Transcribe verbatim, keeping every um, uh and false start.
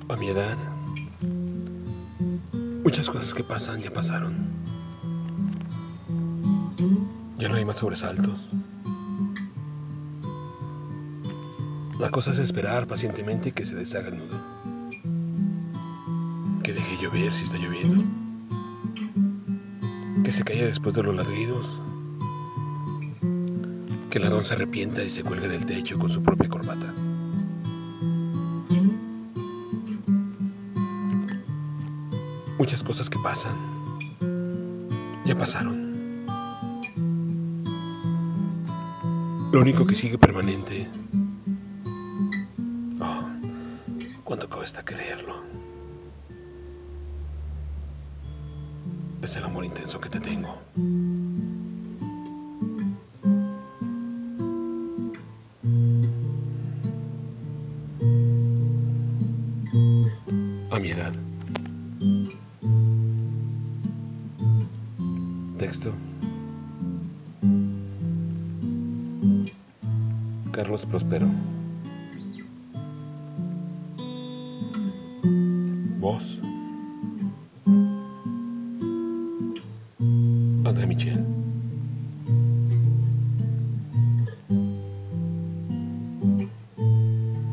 A mi edad, muchas cosas que pasan ya pasaron. Ya no hay más sobresaltos. La cosa es esperar pacientemente que se deshaga el nudo. Que deje llover si está lloviendo. Que se caiga después de los ladridos. Que el ladrón se arrepienta y se cuelgue del techo con su propia corbata. Muchas cosas que pasan ya pasaron. Lo único que sigue permanente, oh, cuánto cuesta creerlo, es el amor intenso que te tengo. A mi edad. Texto: Carlos Prospero. Voz: André Michel.